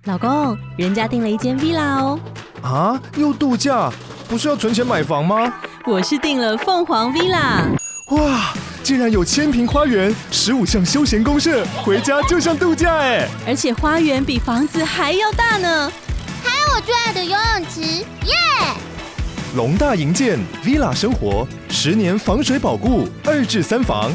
老公，人家订了一间 villa 哦。 啊，又度假？不是要存钱买房吗？ 我是订了凤凰 villa。 哇，竟然有1000坪花园，15项休闲公社，回家就像度假哎！ 而且花园比房子还要大呢。 还有我最爱的游泳池，耶！ 龙大营建 villa 生活，10年防水保固，2至3房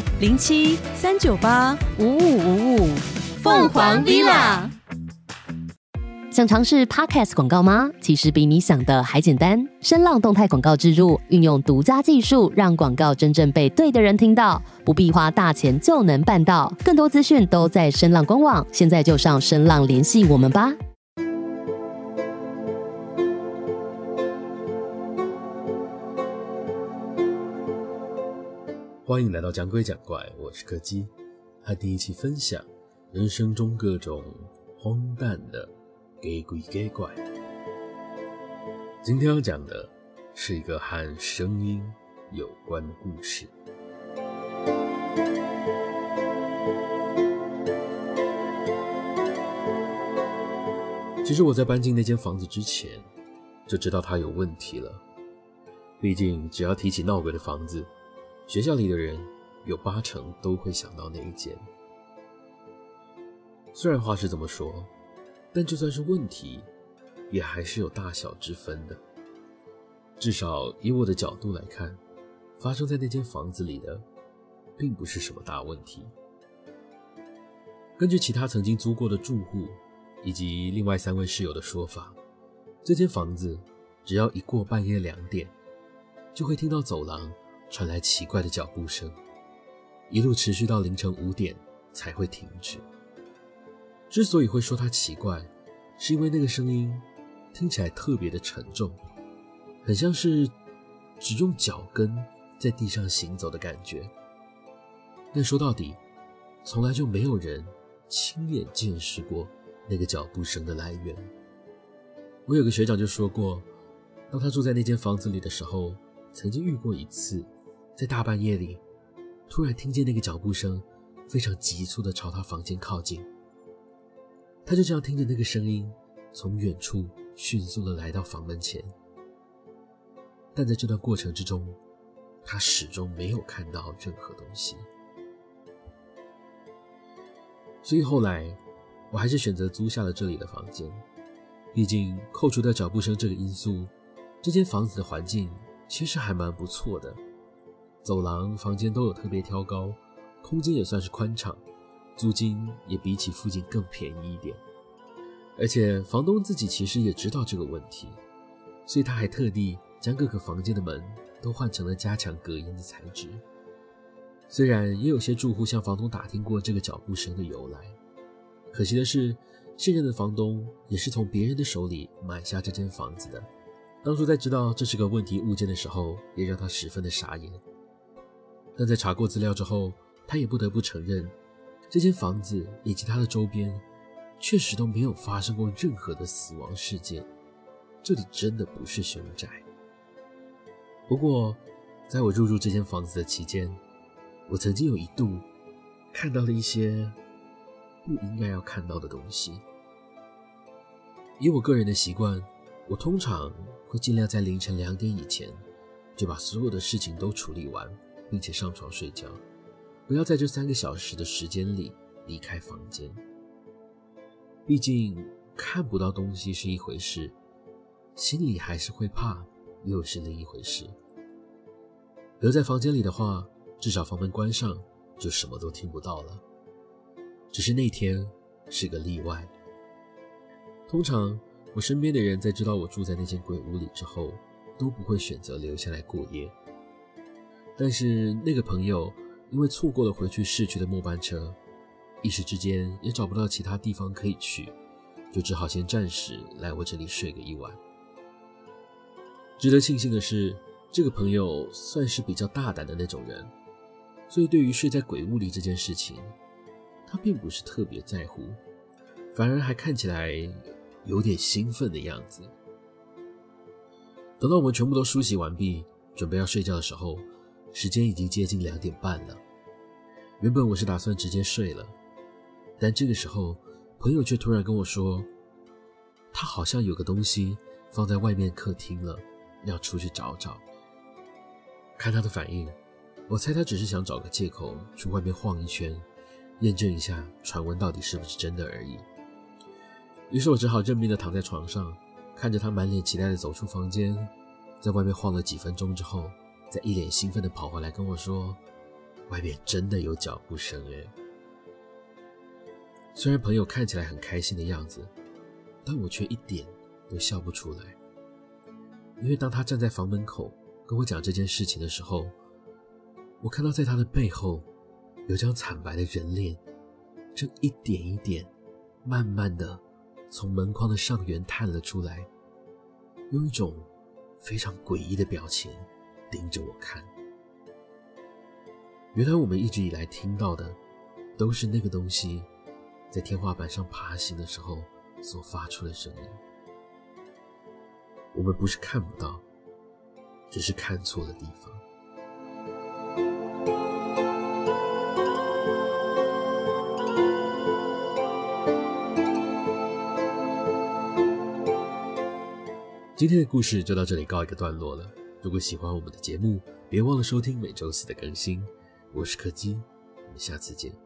07-398-5555，凤凰 villa。 想尝试 Podcast 广告吗？其实比你想的还简单。声浪动态广告植入，运用独家技术，让广告真正被对的人听到，不必花大钱就能办到。更多资讯都在声浪官网，现在就上声浪联系我们吧。 欢迎来到讲鬼讲怪，我是柯基，和你一起分享人生中各种荒诞的给鬼给怪。今天要讲的是一个和声音有关的故事。其实我在搬进那间房子之前就知道它有问题了，毕竟只要提起闹鬼的房子，学校里的人有80%都会想到那一间。虽然话是这么说，但就算是问题，也还是有大小之分的。至少以我的角度来看，发生在那间房子里的并不是什么大问题。根据其他曾经租过的住户以及另外3位室友的说法，这间房子只要一过半夜2点，就会听到走廊传来奇怪的脚步声，一路持续到凌晨5点才会停止。之所以会说它奇怪，是因为那个声音听起来特别的沉重，很像是只用脚跟在地上行走的感觉。但说到底，从来就没有人亲眼见识过那个脚步声的来源。我有个学长就说过，当他住在那间房子里的时候，曾经遇过一次，在大半夜里突然听见那个脚步声非常急促地朝他房间靠近。他就这样听着那个声音从远处迅速地来到房门前，但在这段过程之中，他始终没有看到任何东西。所以后来我还是选择租下了这里的房间，毕竟扣除掉脚步声这个因素，这间房子的环境其实还蛮不错的，走廊、房间都有特别挑高，空间也算是宽敞，租金也比起附近更便宜一点。而且房东自己其实也知道这个问题，所以他还特地将各个房间的门都换成了加强隔音的材质。虽然也有些住户向房东打听过这个脚步声的由来，可惜的是，现任的房东也是从别人的手里买下这间房子的。当初在知道这是个问题物件的时候，也让他十分的傻眼。但在查过资料之后，他也不得不承认，这间房子以及它的周边确实都没有发生过任何的死亡事件，这里真的不是凶宅。不过在我入住这间房子的期间，我曾经有一度看到了一些不应该要看到的东西。以我个人的习惯，我通常会尽量在凌晨2点以前就把所有的事情都处理完，并且上床睡觉，不要在这3个小时的时间里离开房间。毕竟看不到东西是一回事，心里还是会怕又是另一回事。留在房间里的话，至少房门关上就什么都听不到了。只是那天是个例外。通常我身边的人在知道我住在那间鬼屋里之后，都不会选择留下来过夜。但是那个朋友因为错过了回去市区的末班车，一时之间也找不到其他地方可以去，就只好先暂时来我这里睡个1晚。值得庆幸的是，这个朋友算是比较大胆的那种人，所以对于睡在鬼屋里这件事情，他并不是特别在乎，反而还看起来有点兴奋的样子。等到我们全部都梳洗完毕，准备要睡觉的时候，时间已经接近2点半了。原本我是打算直接睡了，但这个时候朋友却突然跟我说， 他好像有个东西放在外面客厅了，要出去找找。看他的反应，我猜他只是想找个借口去外面晃一圈，验证一下传闻到底是不是真的而已。于是我只好认命地躺在床上，看着他满脸期待地走出房间，在外面晃了几分钟之后，再一脸兴奋地跑回来跟我说，外面真的有脚步声耶。虽然朋友看起来很开心的样子，但我却一点都笑不出来。因为当他站在房门口跟我讲这件事情的时候，我看到在他的背后有张惨白的人脸，正一点一点慢慢的从门框的上缘探了出来，用一种非常诡异的表情盯着我看。原来我们一直以来听到的都是那个东西在天花板上爬行的时候所发出的声音。我们不是看不到，只是看错了地方。今天的故事就到这里告一个段落了。如果喜欢我们的节目，别忘了收听每周四的更新。我是柯基，我们下次见。